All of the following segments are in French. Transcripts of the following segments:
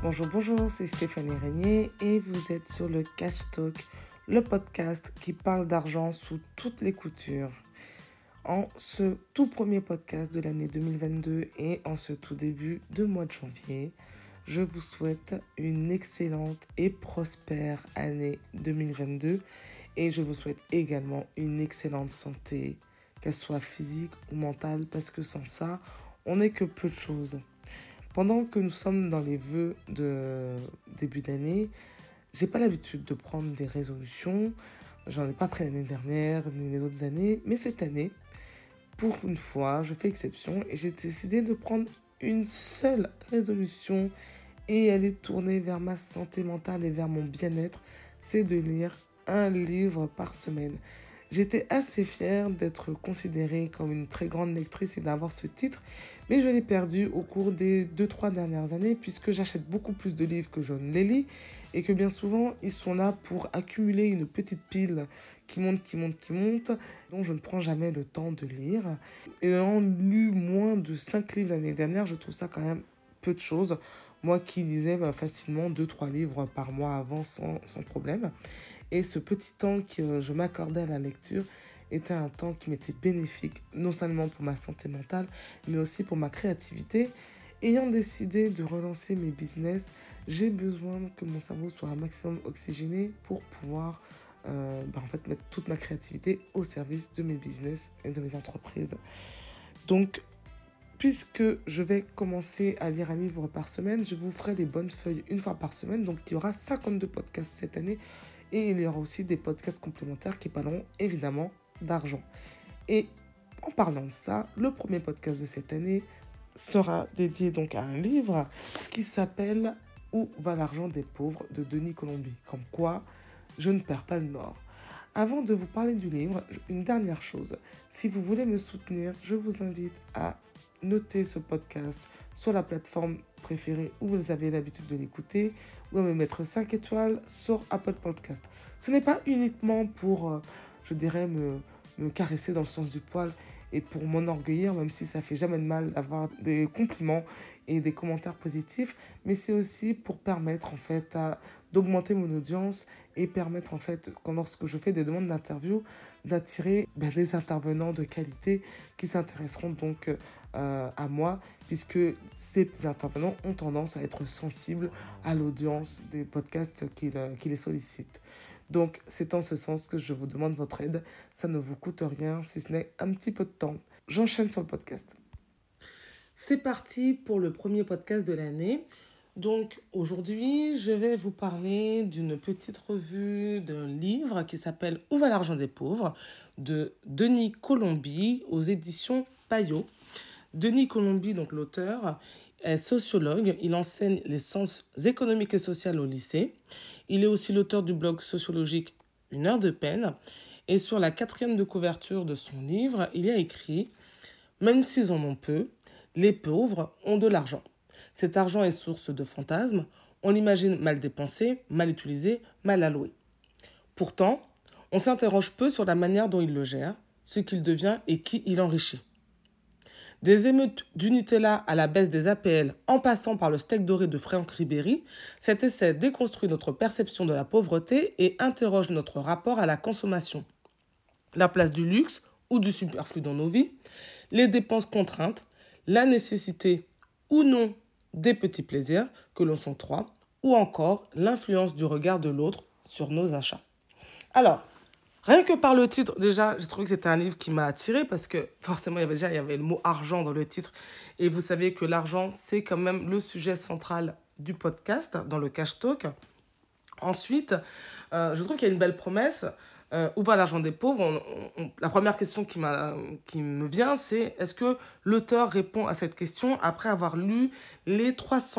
Bonjour, c'est Stéphanie Régnier et vous êtes sur le Cash Talk, le podcast qui parle d'argent sous toutes les coutures. En ce tout premier podcast de l'année 2022 et en ce tout début de mois de janvier, je vous souhaite une excellente et prospère année 2022 et je vous souhaite également une excellente santé, qu'elle soit physique ou mentale, parce que sans ça, on n'est que peu de choses. Pendant que nous sommes dans les vœux de début d'année, j'ai pas l'habitude de prendre des résolutions. J'en ai pas pris l'année dernière ni les autres années, mais cette année, pour une fois, je fais exception et j'ai décidé de prendre une seule résolution et elle est tournée vers ma santé mentale et vers mon bien-être. C'est de lire un livre par semaine. J'étais assez fière d'être considérée comme une très grande lectrice et d'avoir ce titre, mais je l'ai perdu au cours des 2-3 dernières années puisque j'achète beaucoup plus de livres que je ne les lis et que bien souvent ils sont là pour accumuler une petite pile qui monte, dont je ne prends jamais le temps de lire. Et ayant lu moins de 5 livres l'année dernière, je trouve ça quand même peu de choses. Moi qui lisais facilement 2-3 livres par mois avant sans problème. Et ce petit temps que je m'accordais à la lecture était un temps qui m'était bénéfique, non seulement pour ma santé mentale, mais aussi pour ma créativité. Ayant décidé de relancer mes business, j'ai besoin que mon cerveau soit un maximum oxygéné pour pouvoir mettre toute ma créativité au service de mes business et de mes entreprises. Donc, puisque je vais commencer à lire un livre par semaine, je vous ferai les bonnes feuilles une fois par semaine. Donc, il y aura 52 podcasts cette année. Et il y aura aussi des podcasts complémentaires qui parleront évidemment d'argent. Et en parlant de ça, le premier podcast de cette année sera dédié donc à un livre qui s'appelle « Où va l'argent des pauvres » de Denis Colombi. Comme quoi, je ne perds pas le nord. Avant de vous parler du livre, une dernière chose. Si vous voulez me soutenir, je vous invite à noter ce podcast sur la plateforme préférée où vous avez l'habitude de l'écouter ou à me mettre 5 étoiles sur Apple Podcast. Ce n'est pas uniquement pour, me caresser dans le sens du poil et pour m'enorgueillir, même si ça fait jamais de mal d'avoir des compliments et des commentaires positifs, mais c'est aussi pour permettre d'augmenter mon audience et permettre lorsque je fais des demandes d'interview, d'attirer des intervenants de qualité qui s'intéresseront donc à moi, puisque ces intervenants ont tendance à être sensibles à l'audience des podcasts qui les sollicitent. Donc, c'est en ce sens que je vous demande votre aide. Ça ne vous coûte rien, si ce n'est un petit peu de temps. J'enchaîne sur le podcast. C'est parti pour le premier podcast de l'année. Donc, aujourd'hui, je vais vous parler d'une petite revue d'un livre qui s'appelle « Où va l'argent des pauvres » de Denis Colombi aux éditions Payot. Denis Colombi, donc l'auteur, est sociologue. Il enseigne les sciences économiques et sociales au lycée. Il est aussi l'auteur du blog sociologique Une heure de peine. Et sur la 4e de couverture de son livre, il y a écrit « Même s'ils en ont peu, les pauvres ont de l'argent. Cet argent est source de fantasmes. On l'imagine mal dépensé, mal utilisé, mal alloué. Pourtant, on s'interroge peu sur la manière dont il le gère, ce qu'il devient et qui il enrichit. Des émeutes du Nutella à la baisse des APL en passant par le steak doré de Franck Ribéry, cet essai déconstruit notre perception de la pauvreté et interroge notre rapport à la consommation. La place du luxe ou du superflu dans nos vies, les dépenses contraintes, la nécessité ou non des petits plaisirs que l'on s'octroie, ou encore l'influence du regard de l'autre sur nos achats. Alors, rien que par le titre, déjà, j'ai trouvé que c'était un livre qui m'a attirée parce que forcément, il y avait le mot argent dans le titre. Et vous savez que l'argent, c'est quand même le sujet central du podcast, dans le Cash Talk. Ensuite, je trouve qu'il y a une belle promesse. Où va l'argent des pauvres ? La première question qui me vient, c'est est-ce que l'auteur répond à cette question après avoir lu les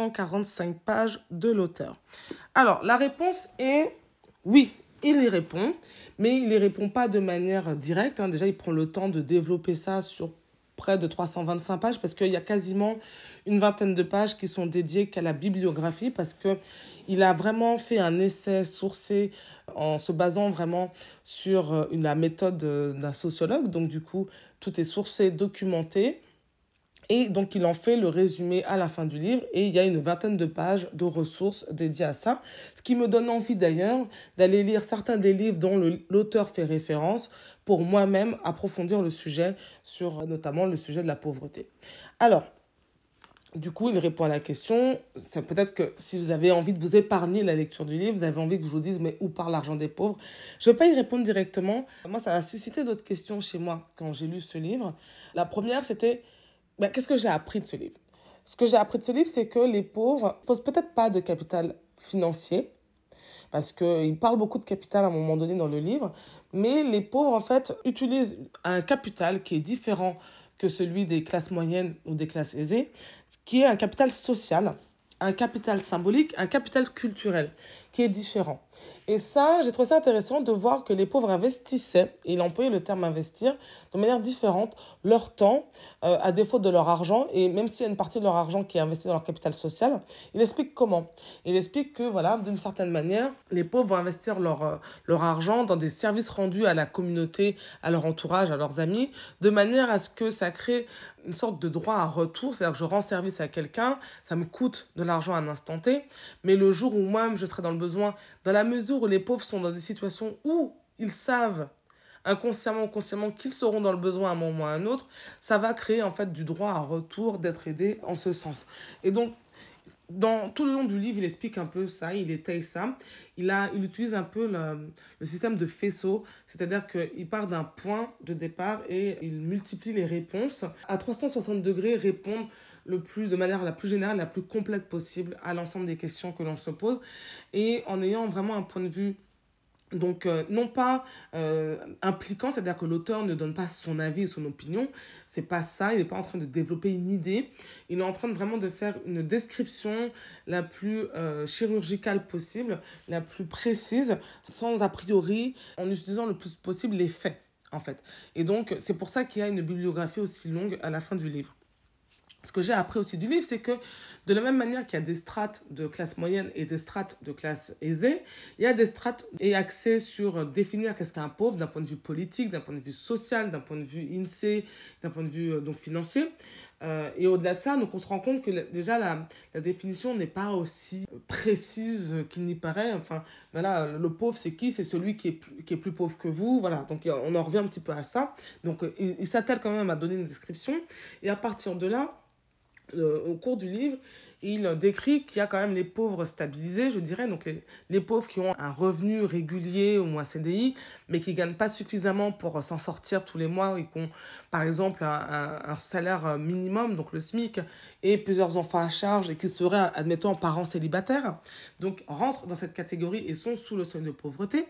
345 pages de l'auteur ? Alors, la réponse est oui. Il y répond, mais il n'y répond pas de manière directe. Déjà, il prend le temps de développer ça sur près de 325 pages parce qu'il y a quasiment une vingtaine de pages qui sont dédiées qu'à la bibliographie parce qu'il a vraiment fait un essai sourcé en se basant vraiment sur la méthode d'un sociologue. Donc, du coup, tout est sourcé, documenté. Et donc, il en fait le résumé à la fin du livre et il y a une vingtaine de pages de ressources dédiées à ça. Ce qui me donne envie d'ailleurs d'aller lire certains des livres dont l'auteur fait référence pour moi-même approfondir le sujet sur notamment le sujet de la pauvreté. Alors, du coup, il répond à la question. C'est peut-être que si vous avez envie de vous épargner la lecture du livre, vous avez envie que je vous dise, mais où part l'argent des pauvres? Je ne vais pas y répondre directement. Moi, ça a suscité d'autres questions chez moi quand j'ai lu ce livre. La première, c'était, qu'est-ce que j'ai appris de ce livre? Ce que j'ai appris de ce livre, c'est que les pauvres ne posent peut-être pas de capital financier, parce qu'il parle beaucoup de capital à un moment donné dans le livre, mais les pauvres, en fait, utilisent un capital qui est différent que celui des classes moyennes ou des classes aisées, qui est un capital social, un capital symbolique, un capital culturel, qui est différent. Et ça, j'ai trouvé ça intéressant de voir que les pauvres investissaient, et il employait le terme investir, de manière différente, leur temps, à défaut de leur argent, et même s'il y a une partie de leur argent qui est investie dans leur capital social, il explique comment. Il explique que, voilà, d'une certaine manière, les pauvres vont investir leur argent dans des services rendus à la communauté, à leur entourage, à leurs amis, de manière à ce que ça crée une sorte de droit à retour, c'est-à-dire que je rends service à quelqu'un, ça me coûte de l'argent à un instant T, mais le jour où moi-même je serai dans le besoin, dans la mesure où les pauvres sont dans des situations où ils savent inconsciemment ou consciemment qu'ils seront dans le besoin à un moment ou à un autre, ça va créer en fait du droit à retour, d'être aidé en ce sens. Et donc, dans tout le long du livre, il explique un peu ça, il étaye ça. Il utilise un peu le système de faisceau, c'est-à-dire qu'il part d'un point de départ et il multiplie les réponses. À 360 degrés, répondre de manière la plus générale, la plus complète possible à l'ensemble des questions que l'on se pose et en ayant vraiment un point de vue donc, non pas impliquant, c'est-à-dire que l'auteur ne donne pas son avis et son opinion, c'est pas ça, il n'est pas en train de développer une idée, il est en train de vraiment de faire une description la plus chirurgicale possible, la plus précise, sans a priori, en utilisant le plus possible les faits, en fait. Et donc, c'est pour ça qu'il y a une bibliographie aussi longue à la fin du livre. Ce que j'ai appris aussi du livre, c'est que de la même manière qu'il y a des strates de classe moyenne et des strates de classe aisée, il y a des strates et axés sur définir qu'est-ce qu'un pauvre d'un point de vue politique, d'un point de vue social, d'un point de vue INSEE, d'un point de vue donc financier. Et au-delà de ça, donc on se rend compte que déjà la définition n'est pas aussi précise qu'il n'y paraît. Enfin, voilà, le pauvre, c'est qui? C'est celui qui est plus pauvre que vous. Voilà, donc on en revient un petit peu à ça. Donc il s'attelle quand même à donner une description. Et à partir de là, au cours du livre, il décrit qu'il y a quand même les pauvres stabilisés, je dirais, donc les pauvres qui ont un revenu régulier ou un CDI, mais qui ne gagnent pas suffisamment pour s'en sortir tous les mois et qui ont, par exemple, un salaire minimum, donc le SMIC, et plusieurs enfants à charge et qui seraient, admettons, parents célibataires, donc rentrent dans cette catégorie et sont sous le seuil de pauvreté.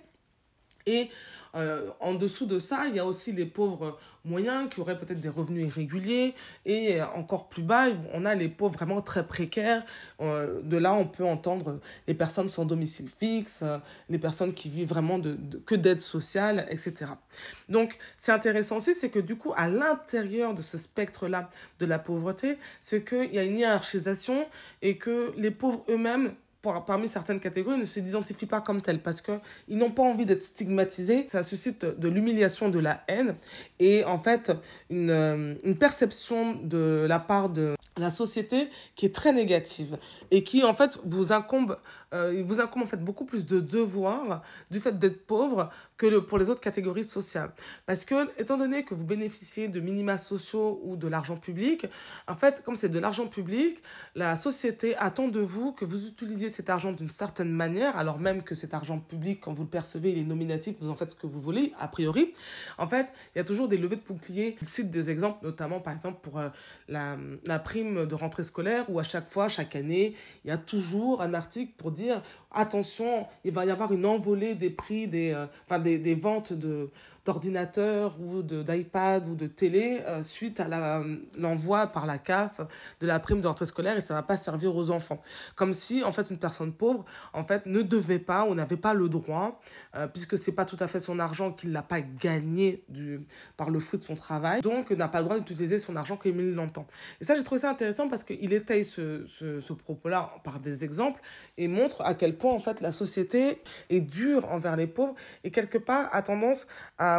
Et en dessous de ça, il y a aussi les pauvres moyens qui auraient peut-être des revenus irréguliers. Et encore plus bas, on a les pauvres vraiment très précaires. De là, on peut entendre les personnes sans domicile fixe, les personnes qui vivent vraiment que d'aide sociale, etc. Donc, c'est intéressant aussi, c'est que du coup, à l'intérieur de ce spectre-là de la pauvreté, c'est qu'il y a une hiérarchisation et que les pauvres eux-mêmes parmi certaines catégories, ne s'identifient pas comme tels parce qu'ils n'ont pas envie d'être stigmatisés. Ça suscite de l'humiliation, de la haine et en fait une perception de la part de la société qui est très négative et qui en fait vous incombe en fait beaucoup plus de devoirs du fait d'être pauvre que pour les autres catégories sociales. Parce que, étant donné que vous bénéficiez de minima sociaux ou de l'argent public, en fait, comme c'est de l'argent public, la société attend de vous que vous utilisiez cet argent d'une certaine manière, alors même que cet argent public, quand vous le percevez, il est nominatif, vous en faites ce que vous voulez, a priori. En fait, il y a toujours des levées de boucliers. Je cite des exemples, notamment, par exemple, pour la prime de rentrée scolaire, où à chaque fois, chaque année, il y a toujours un article pour dire attention, il va y avoir une envolée des prix des ventes d'ordinateurs ou d'iPad ou de télé suite à l'envoi par la CAF de la prime de rentrée scolaire et ça ne va pas servir aux enfants. Comme si, en fait, une personne pauvre, en fait, ne devait pas ou n'avait pas le droit, puisque ce n'est pas tout à fait son argent qu'il n'a pas gagné par le fruit de son travail, donc n'a pas le droit d'utiliser son argent comme il l'entend. Et ça, j'ai trouvé ça intéressant parce qu'il étaye ce propos-là par des exemples et montre à quel point, en fait, la société est dure envers les pauvres et quelque part a tendance à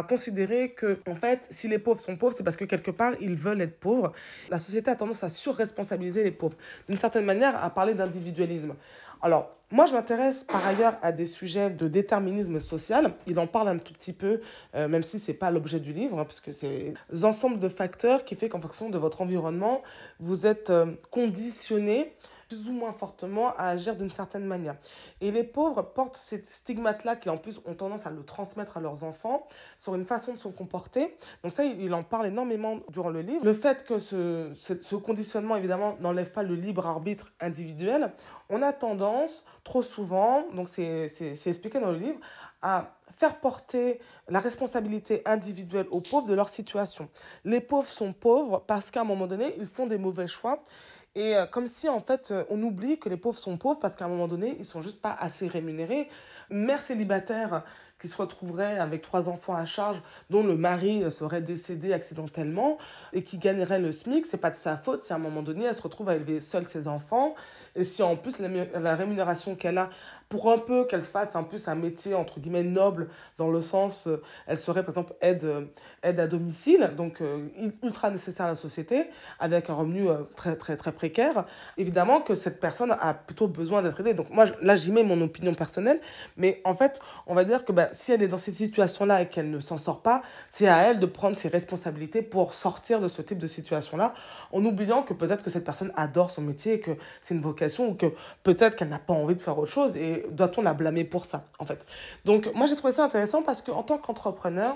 à considérer que, en fait, si les pauvres sont pauvres, c'est parce que quelque part, ils veulent être pauvres. La société a tendance à surresponsabiliser les pauvres, d'une certaine manière, à parler d'individualisme. Alors, moi, je m'intéresse par ailleurs à des sujets de déterminisme social. Il en parle un tout petit peu, même si ce n'est pas l'objet du livre, hein, puisque c'est un ensemble de facteurs qui fait qu'en fonction de votre environnement, vous êtes conditionné plus ou moins fortement à agir d'une certaine manière. Et les pauvres portent ces stigmates-là qui en plus ont tendance à le transmettre à leurs enfants sur une façon de se comporter. Donc ça, il en parle énormément durant le livre. Le fait que ce conditionnement, évidemment, n'enlève pas le libre arbitre individuel, on a tendance, trop souvent, donc c'est expliqué dans le livre, à faire porter la responsabilité individuelle aux pauvres de leur situation. Les pauvres sont pauvres parce qu'à un moment donné, ils font des mauvais choix. Et comme si, en fait, on oublie que les pauvres sont pauvres parce qu'à un moment donné, ils ne sont juste pas assez rémunérés. Une mère célibataire qui se retrouverait avec 3 enfants à charge, dont le mari serait décédé accidentellement et qui gagnerait le SMIC, c'est pas de sa faute si à un moment donné, elle se retrouve à élever seule ses enfants. Et si en plus la rémunération qu'elle a, pour un peu qu'elle fasse un peu un métier entre guillemets noble, dans le sens, elle serait par exemple aide à domicile, donc ultra nécessaire à la société, avec un revenu très, très, très précaire, évidemment que cette personne a plutôt besoin d'être aidée. Donc moi, là, j'y mets mon opinion personnelle, mais en fait, on va dire que si elle est dans cette situation-là et qu'elle ne s'en sort pas, c'est à elle de prendre ses responsabilités pour sortir de ce type de situation-là, en oubliant que peut-être que cette personne adore son métier, que c'est une vocation, ou que peut-être qu'elle n'a pas envie de faire autre chose, et doit-on la blâmer pour ça, en fait. Donc moi, j'ai trouvé ça intéressant parce qu'en tant qu'entrepreneur,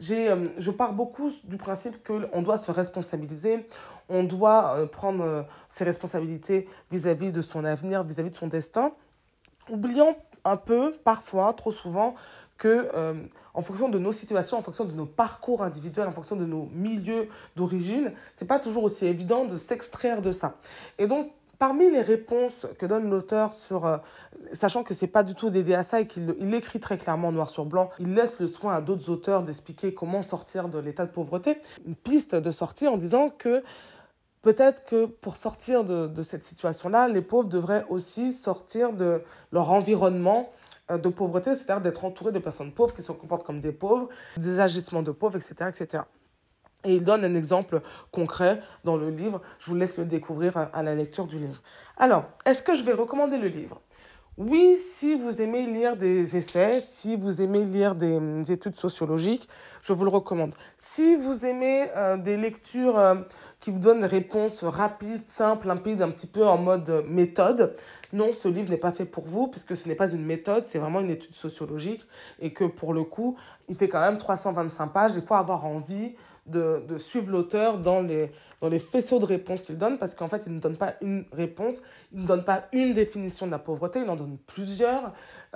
je pars beaucoup du principe qu'on doit se responsabiliser, on doit prendre ses responsabilités vis-à-vis de son avenir, vis-à-vis de son destin, oubliant un peu, parfois, trop souvent, que en fonction de nos situations, en fonction de nos parcours individuels, en fonction de nos milieux d'origine, c'est pas toujours aussi évident de s'extraire de ça. Et donc, parmi les réponses que donne l'auteur sachant que c'est pas du tout dédié à ça et qu'il l'écrit très clairement noir sur blanc, il laisse le soin à d'autres auteurs d'expliquer comment sortir de l'état de pauvreté, une piste de sortie en disant que peut-être que pour sortir de cette situation-là, les pauvres devraient aussi sortir de leur environnement de pauvreté, c'est-à-dire d'être entourés de personnes pauvres qui se comportent comme des pauvres, des agissements de pauvres, etc., etc. Et il donne un exemple concret dans le livre. Je vous laisse le découvrir à la lecture du livre. Alors, est-ce que je vais recommander le livre ? Oui, si vous aimez lire des essais, si vous aimez lire des études sociologiques, je vous le recommande. Si vous aimez des lectures qui vous donnent des réponses rapides, simples, limpides, un petit peu en mode méthode, non, ce livre n'est pas fait pour vous, puisque ce n'est pas une méthode, c'est vraiment une étude sociologique, et que pour le coup, il fait quand même 325 pages. Il faut avoir envie de suivre l'auteur dans les faisceaux de réponses qu'il donne, parce qu'en fait, il ne donne pas une réponse, il ne donne pas une définition de la pauvreté, il en donne plusieurs.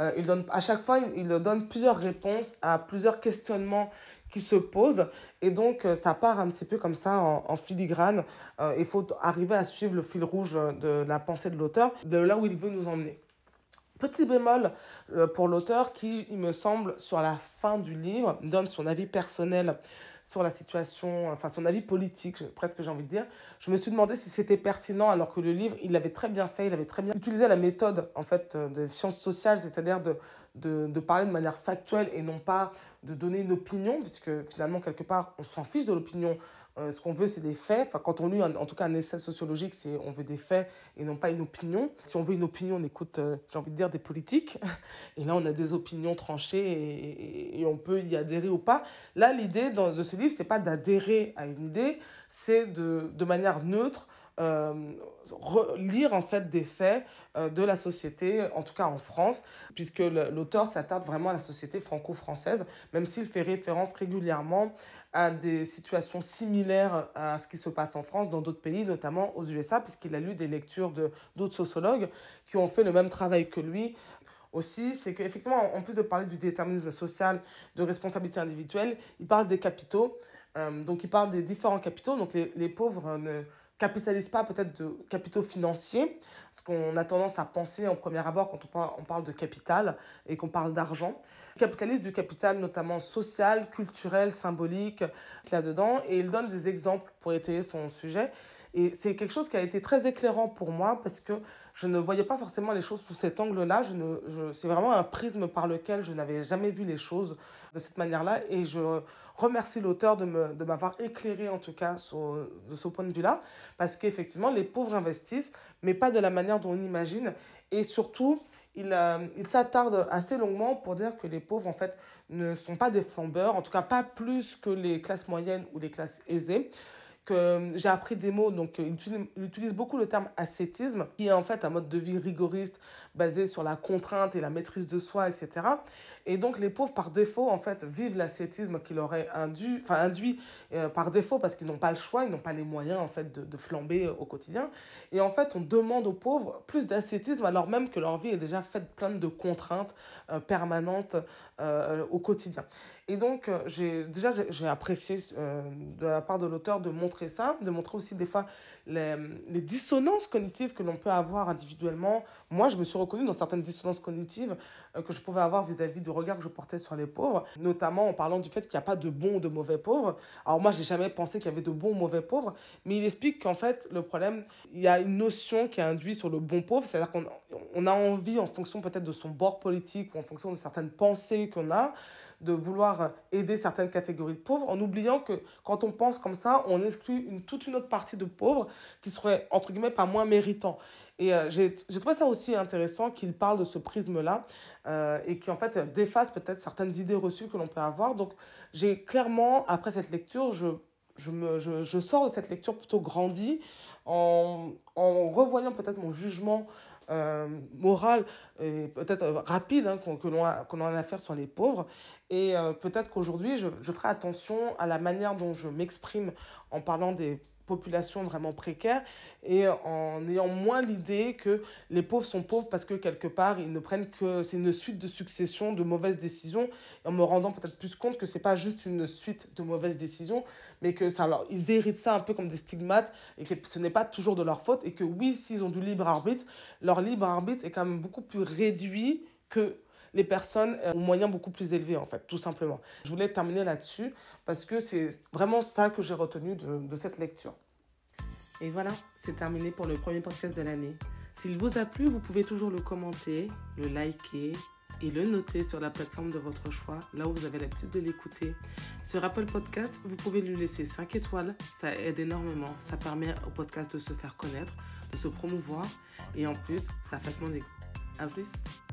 À chaque fois, il donne plusieurs réponses à plusieurs questionnements qui se posent, et donc ça part un petit peu comme ça en filigrane. Il faut arriver à suivre le fil rouge de la pensée de l'auteur, de là où il veut nous emmener. Petit bémol pour l'auteur qui, il me semble, sur la fin du livre, donne son avis personnel sur la situation, enfin son avis politique, presque j'ai envie de dire. Je me suis demandé si c'était pertinent alors que le livre, il l'avait très bien fait, il avait très bien utilisé la méthode en fait des sciences sociales, c'est-à-dire de parler de manière factuelle et non pas de donner une opinion, puisque finalement quelque part on s'en fiche de l'opinion. Ce qu'on veut, c'est des faits. Enfin, quand on lit en tout cas un essai sociologique, on veut des faits et non pas une opinion. Si on veut une opinion, on écoute, j'ai envie de dire, des politiques. Et là, on a des opinions tranchées et on peut y adhérer ou pas. Là, l'idée de ce livre, c'est pas d'adhérer à une idée, c'est de manière neutre, lire en fait des faits de la société, en tout cas en France, puisque l'auteur s'attarde vraiment à la société franco-française, même s'il fait référence régulièrement à des situations similaires à ce qui se passe en France, dans d'autres pays, notamment aux USA, puisqu'il a lu des lectures d'autres sociologues qui ont fait le même travail que lui. Aussi, c'est qu'effectivement, en plus de parler du déterminisme social, de responsabilité individuelle, il parle des capitaux. Donc, il parle des différents capitaux. Donc, les pauvres ne capitalisent pas peut-être de capitaux financiers, ce qu'on a tendance à penser en premier abord quand on parle de capital et qu'on parle d'argent. Ils capitalisent du capital notamment social, culturel, symbolique, là-dedans. Et il donne des exemples pour étayer son sujet. Et c'est quelque chose qui a été très éclairant pour moi parce que je ne voyais pas forcément les choses sous cet angle-là. C'est vraiment un prisme par lequel je n'avais jamais vu les choses de cette manière-là. Et je remercie l'auteur de m'avoir éclairé, en tout cas, de ce point de vue-là. Parce qu'effectivement, les pauvres investissent, mais pas de la manière dont on imagine. Et surtout, il s'attarde assez longuement pour dire que les pauvres, en fait, ne sont pas des flambeurs, en tout cas pas plus que les classes moyennes ou les classes aisées. Que j'ai appris des mots, donc il utilise beaucoup le terme ascétisme, qui est en fait un mode de vie rigoriste basé sur la contrainte et la maîtrise de soi, etc. Et donc les pauvres, par défaut, en fait, vivent l'ascétisme qui leur est induit par défaut parce qu'ils n'ont pas le choix, ils n'ont pas les moyens, en fait, de flamber au quotidien. Et en fait, on demande aux pauvres plus d'ascétisme alors même que leur vie est déjà faite pleine de contraintes permanentes au quotidien. Et donc, j'ai apprécié de la part de l'auteur de montrer ça, de montrer aussi des fois les dissonances cognitives que l'on peut avoir individuellement. Moi, je me suis reconnue dans certaines dissonances cognitives que je pouvais avoir vis-à-vis du regard que je portais sur les pauvres, notamment en parlant du fait qu'il n'y a pas de bons ou de mauvais pauvres. Alors moi, j'ai jamais pensé qu'il y avait de bons ou mauvais pauvres, mais il explique qu'en fait, le problème, il y a une notion qui est induite sur le bon pauvre, c'est-à-dire qu'on a envie, en fonction peut-être de son bord politique ou en fonction de certaines pensées qu'on a, de vouloir aider certaines catégories de pauvres, en oubliant que quand on pense comme ça, on exclut toute une autre partie de pauvres qui seraient, entre guillemets, pas moins méritants. Et j'ai trouvé ça aussi intéressant qu'il parle de ce prisme-là et qui, en fait, déface peut-être certaines idées reçues que l'on peut avoir. Donc, j'ai clairement, après cette lecture, je sors de cette lecture plutôt grandi en revoyant peut-être mon jugement moral et peut-être rapide que l'on a à faire sur les pauvres. Et peut-être qu'aujourd'hui, je ferai attention à la manière dont je m'exprime en parlant des populations vraiment précaires et en ayant moins l'idée que les pauvres sont pauvres parce que quelque part ils ne prennent que c'est une suite de succession de mauvaises décisions et en me rendant peut-être plus compte que c'est pas juste une suite de mauvaises décisions mais que ça alors ils héritent ça un peu comme des stigmates et que ce n'est pas toujours de leur faute et que oui s'ils ont du libre arbitre leur libre arbitre est quand même beaucoup plus réduit que les personnes ont moyens beaucoup plus élevés, en fait, tout simplement. Je voulais terminer là-dessus parce que c'est vraiment ça que j'ai retenu de cette lecture. Et voilà, c'est terminé pour le premier podcast de l'année. S'il vous a plu, vous pouvez toujours le commenter, le liker et le noter sur la plateforme de votre choix, là où vous avez l'habitude de l'écouter. Sur Apple Podcast, vous pouvez lui laisser 5 étoiles, ça aide énormément, ça permet au podcast de se faire connaître, de se promouvoir et en plus, ça fait mon écoute. À plus.